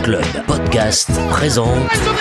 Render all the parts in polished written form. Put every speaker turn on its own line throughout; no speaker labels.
Club Podcast présente.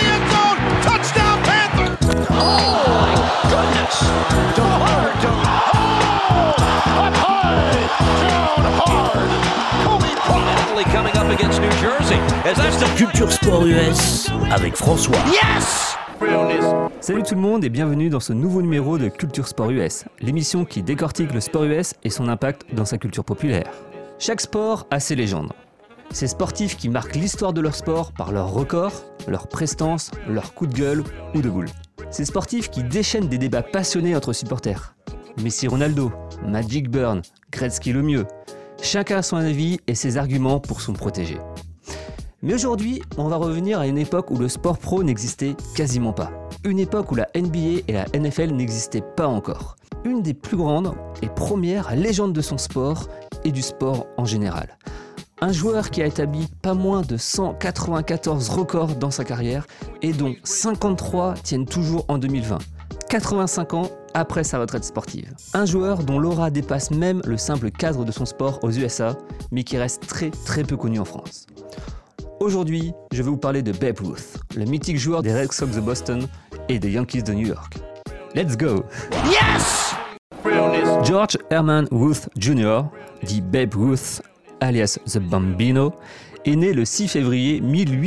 Culture Sport US avec François.
Yes! Salut tout le monde et bienvenue dans ce nouveau numéro de Culture Sport US, l'émission qui décortique le sport US et son impact dans sa culture populaire. Chaque sport a ses légendes. Ces sportifs qui marquent l'histoire de leur sport par leurs records, leurs prestances, leurs coups de gueule ou de boule. Ces sportifs qui déchaînent des débats passionnés entre supporters. Messi Ronaldo, Magic Burn, Gretzky le mieux. Chacun a son avis et ses arguments pour s'en protéger. Mais aujourd'hui, on va revenir à une époque où le sport pro n'existait quasiment pas. Une époque où la NBA et la NFL n'existaient pas encore. Une des plus grandes et premières légendes de son sport et du sport en général. Un joueur qui a établi pas moins de 194 records dans sa carrière et dont 53 tiennent toujours en 2020. 85 ans après sa retraite sportive. Un joueur dont l'aura dépasse même le simple cadre de son sport aux USA, mais qui reste très peu connu en France. Aujourd'hui, je vais vous parler de Babe Ruth, le mythique joueur des Red Sox de Boston et des Yankees de New York. Let's go!
Yes!
George Herman Ruth Jr., dit Babe Ruth, alias The Bambino, est né le 6 février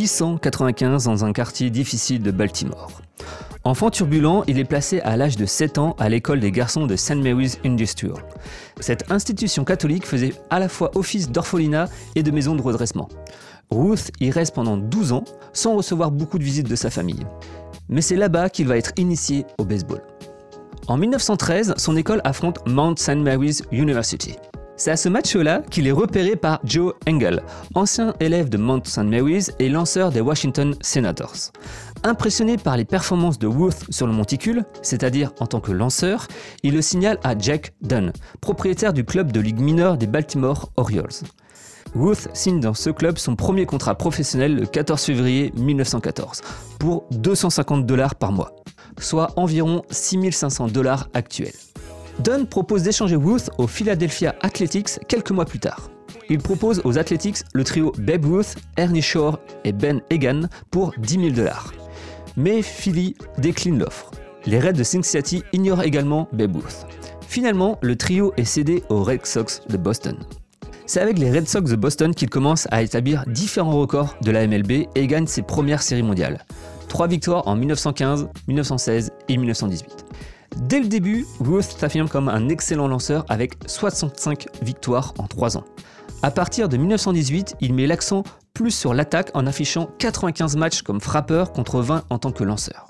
1895 dans un quartier difficile de Baltimore. Enfant turbulent, il est placé à l'âge de 7 ans à l'école des garçons de St. Mary's Industrial. Cette institution catholique faisait à la fois office d'orphelinat et de maison de redressement. Ruth y reste pendant 12 ans sans recevoir beaucoup de visites de sa famille. Mais c'est là-bas qu'il va être initié au baseball. En 1913, son école affronte Mount St. Mary's University. C'est à ce match-là qu'il est repéré par Joe Engel, ancien élève de Mount St. Mary's et lanceur des Washington Senators. Impressionné par les performances de Ruth sur le monticule, c'est-à-dire en tant que lanceur, il le signale à Jack Dunn, propriétaire du club de ligue mineure des Baltimore Orioles. Ruth signe dans ce club son premier contrat professionnel le 14 février 1914 pour $250 par mois, soit environ $6 500 actuels. Dunn propose d'échanger Ruth aux Philadelphia Athletics quelques mois plus tard. Il propose aux Athletics le trio Babe Ruth, Ernie Shore et Ben Egan pour $10,000. Mais Philly décline l'offre. Les Reds de Cincinnati ignorent également Babe Ruth. Finalement, le trio est cédé aux Red Sox de Boston. C'est avec les Red Sox de Boston qu'il commence à établir différents records de la MLB et gagne ses premières séries mondiales. 3 victoires en 1915, 1916 et 1918. Dès le début, Ruth s'affirme comme un excellent lanceur avec 65 victoires en 3 ans. À partir de 1918, il met l'accent plus sur l'attaque en affichant 95 matchs comme frappeur contre 20 en tant que lanceur.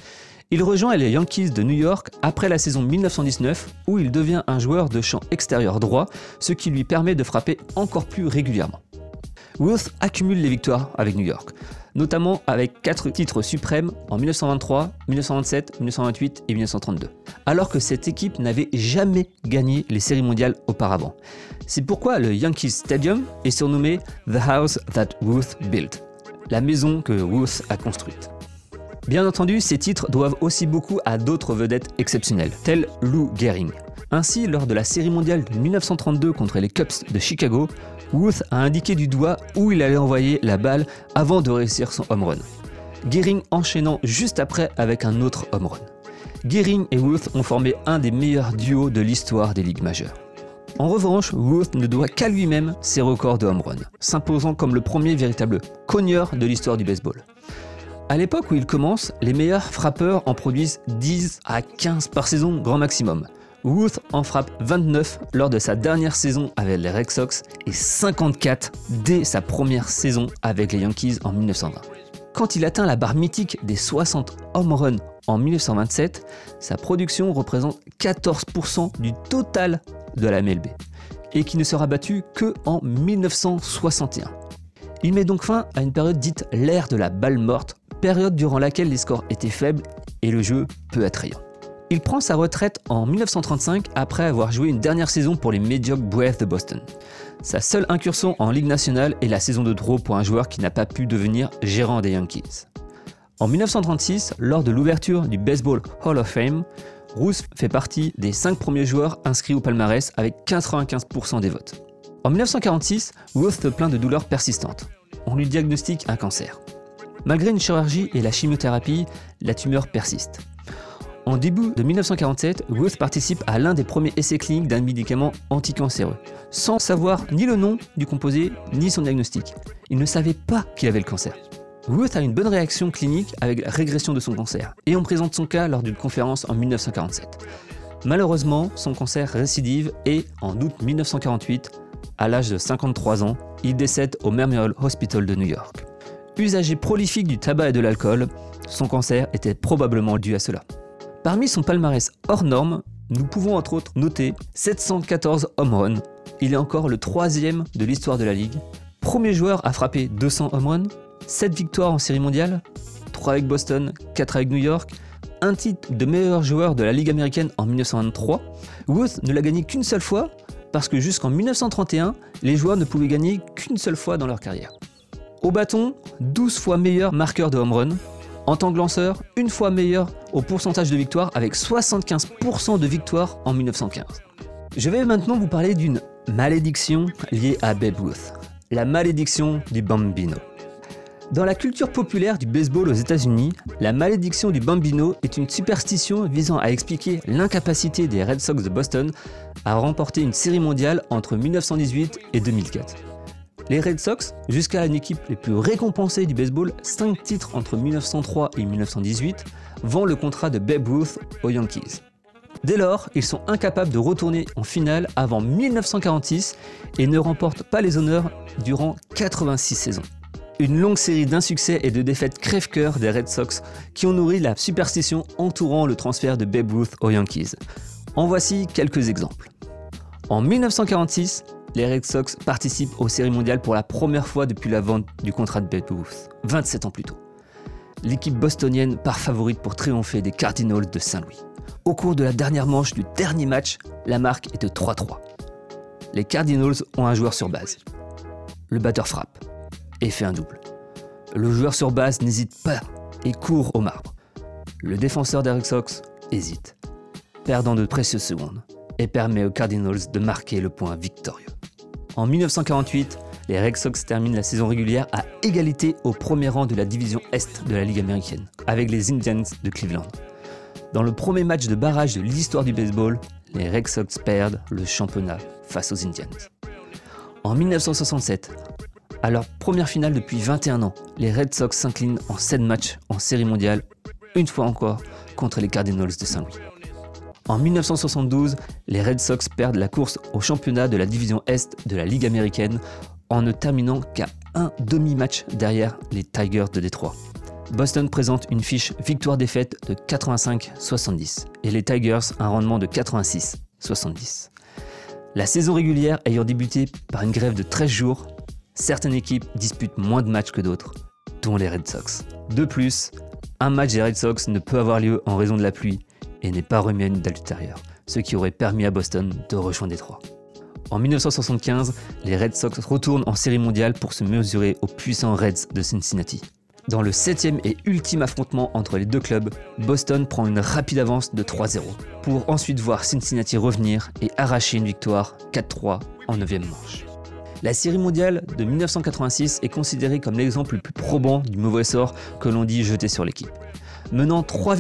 Il rejoint les Yankees de New York après la saison 1919 où il devient un joueur de champ extérieur droit, ce qui lui permet de frapper encore plus régulièrement. Ruth accumule les victoires avec New York, notamment avec 4 titres suprêmes en 1923, 1927, 1928 et 1932, alors que cette équipe n'avait jamais gagné les séries mondiales auparavant. C'est pourquoi le Yankees Stadium est surnommé The House That Ruth Built, la maison que Ruth a construite. Bien entendu, ces titres doivent aussi beaucoup à d'autres vedettes exceptionnelles, telles Lou Gehrig. Ainsi, lors de la série mondiale de 1932 contre les Cubs de Chicago, Ruth a indiqué du doigt où il allait envoyer la balle avant de réussir son home run. Gehrig enchaînant juste après avec un autre home run. Gehrig et Ruth ont formé un des meilleurs duos de l'histoire des ligues majeures. En revanche, Ruth ne doit qu'à lui-même ses records de home run, s'imposant comme le premier véritable cogneur de l'histoire du baseball. À l'époque où il commence, les meilleurs frappeurs en produisent 10 à 15 par saison grand maximum. Ruth en frappe 29 lors de sa dernière saison avec les Red Sox et 54 dès sa première saison avec les Yankees en 1920. Quand il atteint la barre mythique des 60 home runs en 1927, sa production représente 14% du total de la MLB et qui ne sera battu que en 1961. Il met donc fin à une période dite l'ère de la balle morte, période durant laquelle les scores étaient faibles et le jeu peu attrayant. Il prend sa retraite en 1935 après avoir joué une dernière saison pour les médiocres Braves de Boston. Sa seule incursion en Ligue nationale est la saison de trop pour un joueur qui n'a pas pu devenir gérant des Yankees. En 1936, lors de l'ouverture du Baseball Hall of Fame, Ruth fait partie des 5 premiers joueurs inscrits au palmarès avec 95% des votes. En 1946, Ruth se plaint de douleurs persistantes. on lui diagnostique un cancer. Malgré une chirurgie et la chimiothérapie, la tumeur persiste. En début de 1947, Ruth participe à l'un des premiers essais cliniques d'un médicament anticancéreux, sans savoir ni le nom du composé ni son diagnostic. Il ne savait pas qu'il avait le cancer. Ruth a une bonne réaction clinique avec la régression de son cancer, et on présente son cas lors d'une conférence en 1947. Malheureusement, son cancer récidive et, en août 1948, à l'âge de 53 ans, il décède au Memorial Hospital de New York. Usager prolifique du tabac et de l'alcool, son cancer était probablement dû à cela. Parmi son palmarès hors norme, nous pouvons entre autres noter 714 home runs. Il est encore le 3e de l'histoire de la Ligue. Premier joueur à frapper 200 home runs, 7 victoires en série mondiale, 3 avec Boston, 4 avec New York, un titre de meilleur joueur de la Ligue américaine en 1923. Ruth ne l'a gagné qu'une seule fois parce que jusqu'en 1931, les joueurs ne pouvaient gagner qu'une seule fois dans leur carrière. Au bâton, 12 fois meilleur marqueur de home run. En tant que lanceur, une fois meilleur au pourcentage de victoire avec 75% de victoires en 1915. Je vais maintenant vous parler d'une malédiction liée à Babe Ruth, la malédiction du Bambino. Dans la culture populaire du baseball aux États-Unis, la malédiction du Bambino est une superstition visant à expliquer l'incapacité des Red Sox de Boston à remporter une série mondiale entre 1918 et 2004. Les Red Sox, jusqu'à une équipe les plus récompensées du baseball, 5 titres entre 1903 et 1918, vendent le contrat de Babe Ruth aux Yankees. Dès lors, ils sont incapables de retourner en finale avant 1946 et ne remportent pas les honneurs durant 86 saisons. Une longue série d'insuccès et de défaites crève-cœur des Red Sox qui ont nourri la superstition entourant le transfert de Babe Ruth aux Yankees. En voici quelques exemples. En 1946, les Red Sox participent aux séries mondiales pour la première fois depuis la vente du contrat de Babe Ruth, 27 ans plus tôt. L'équipe bostonienne part favorite pour triompher des Cardinals de Saint-Louis. Au cours de la dernière manche du dernier match, la marque est de 3-3. Les Cardinals ont un joueur sur base. Le batteur frappe et fait un double. Le joueur sur base n'hésite pas et court au marbre. Le défenseur des Red Sox hésite, perdant de précieuses secondes, et permet aux Cardinals de marquer le point victorieux. En 1948, les Red Sox terminent la saison régulière à égalité au premier rang de la division Est de la Ligue américaine, avec les Indians de Cleveland. Dans le premier match de barrage de l'histoire du baseball, les Red Sox perdent le championnat face aux Indians. En 1967, à leur première finale depuis 21 ans, les Red Sox s'inclinent en 7 matchs en série mondiale, une fois encore contre les Cardinals de Saint-Louis. En 1972, les Red Sox perdent la course au championnat de la division Est de la Ligue américaine en ne terminant qu'à un demi-match derrière les Tigers de Détroit. Boston présente une fiche victoire-défaite de 85-70 et les Tigers un rendement de 86-70. La saison régulière ayant débuté par une grève de 13 jours, certaines équipes disputent moins de matchs que d'autres, dont les Red Sox. De plus, un match des Red Sox ne peut avoir lieu en raison de la pluie et n'est pas remis à une date ultérieure, ce qui aurait permis à Boston de rejoindre Détroit. En 1975, les Red Sox retournent en série mondiale pour se mesurer aux puissants Reds de Cincinnati. Dans le 7e et ultime affrontement entre les deux clubs, Boston prend une rapide avance de 3-0, pour ensuite voir Cincinnati revenir et arracher une victoire 4-3 en 9e manche. La série mondiale de 1986 est considérée comme l'exemple le plus probant du mauvais sort que l'on dit jeter sur l'équipe. Menant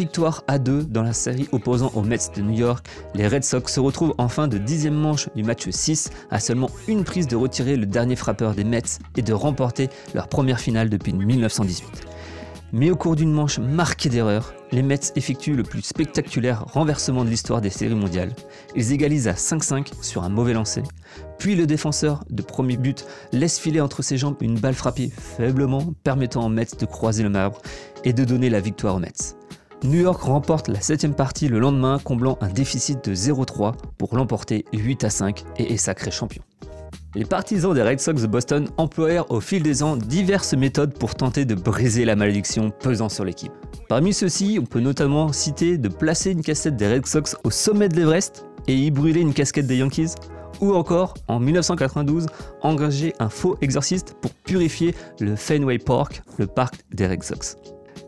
3-2 dans la série opposant aux Mets de New York, les Red Sox se retrouvent en fin de 10e manche du match 6 à seulement une prise de retirer le dernier frappeur des Mets et de remporter leur première finale depuis 1918. Mais au cours d'une manche marquée d'erreurs, les Mets effectuent le plus spectaculaire renversement de l'histoire des séries mondiales. Ils égalisent à 5-5 sur un mauvais lancer, puis le défenseur de premier but laisse filer entre ses jambes une balle frappée faiblement permettant aux Mets de croiser le marbre et de donner la victoire aux Mets. New York remporte la 7e partie le lendemain, comblant un déficit de 0-3 pour l'emporter 8-5 et est sacré champion. Les partisans des Red Sox de Boston employèrent au fil des ans diverses méthodes pour tenter de briser la malédiction pesant sur l'équipe. Parmi ceux-ci, on peut notamment citer de placer une cassette des Red Sox au sommet de l'Everest et y brûler une casquette des Yankees, ou encore, en 1992, engager un faux exorciste pour purifier le Fenway Park, le parc des Red Sox.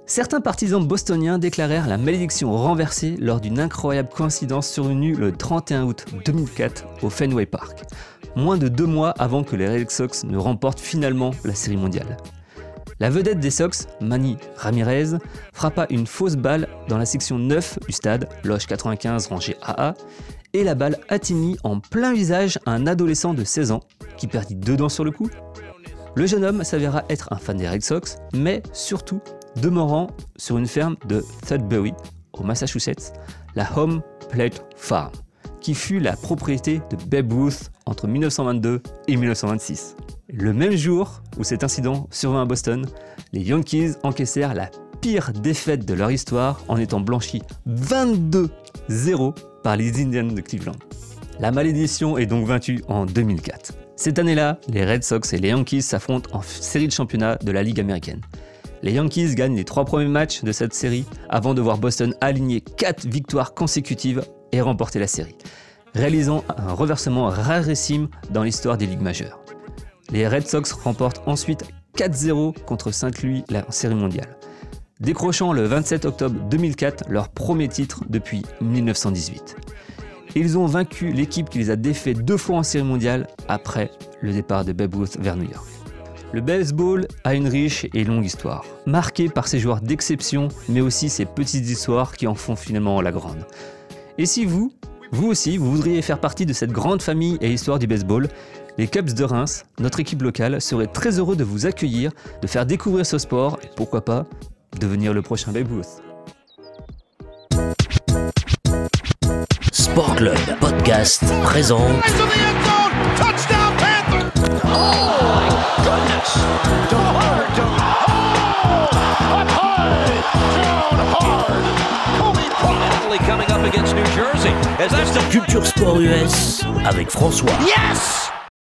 Certains partisans bostoniens déclarèrent la malédiction renversée lors d'une incroyable coïncidence survenue le 31 août 2004 au Fenway Park, moins de 2 mois avant que les Red Sox ne remportent finalement la Série mondiale. La vedette des Sox, Manny Ramirez, frappa une fausse balle dans la section 9 du stade, loge 95 rangée AA, et la balle atteignit en plein visage un adolescent de 16 ans qui perdit 2 dents sur le coup. Le jeune homme s'avéra être un fan des Red Sox, mais surtout demeurant sur une ferme de Sudbury, au Massachusetts, la Home Plate Farm, qui fut la propriété de Babe Ruth entre 1922 et 1926. Le même jour où cet incident survint à Boston, les Yankees encaissèrent la pire défaite de leur histoire en étant blanchis 22-0 par les Indians de Cleveland. La malédiction est donc vaincue en 2004. Cette année-là, les Red Sox et les Yankees s'affrontent en série de championnat de la Ligue américaine. Les Yankees gagnent les 3 premiers matchs de cette série avant de voir Boston aligner 4 victoires consécutives et remporter la série, réalisant un reversement rarissime dans l'histoire des ligues majeures. Les Red Sox remportent ensuite 4-0 contre Saint-Louis la série mondiale, décrochant le 27 octobre 2004 leur premier titre depuis 1918. Ils ont vaincu l'équipe qui les a défaits 2 fois en série mondiale après le départ de Babe Ruth vers New York. Le baseball a une riche et longue histoire, marquée par ses joueurs d'exception, mais aussi ses petites histoires qui en font finalement la grande. Et si vous aussi, vous voudriez faire partie de cette grande famille et histoire du baseball, les Cubs de Reims, notre équipe locale, seraient très heureux de vous accueillir, de faire découvrir ce sport et pourquoi pas, devenir le prochain Babe Ruth.
Sport Club Podcast présente. Coming up against New Jersey. Culture Sport US avec François.
Yes!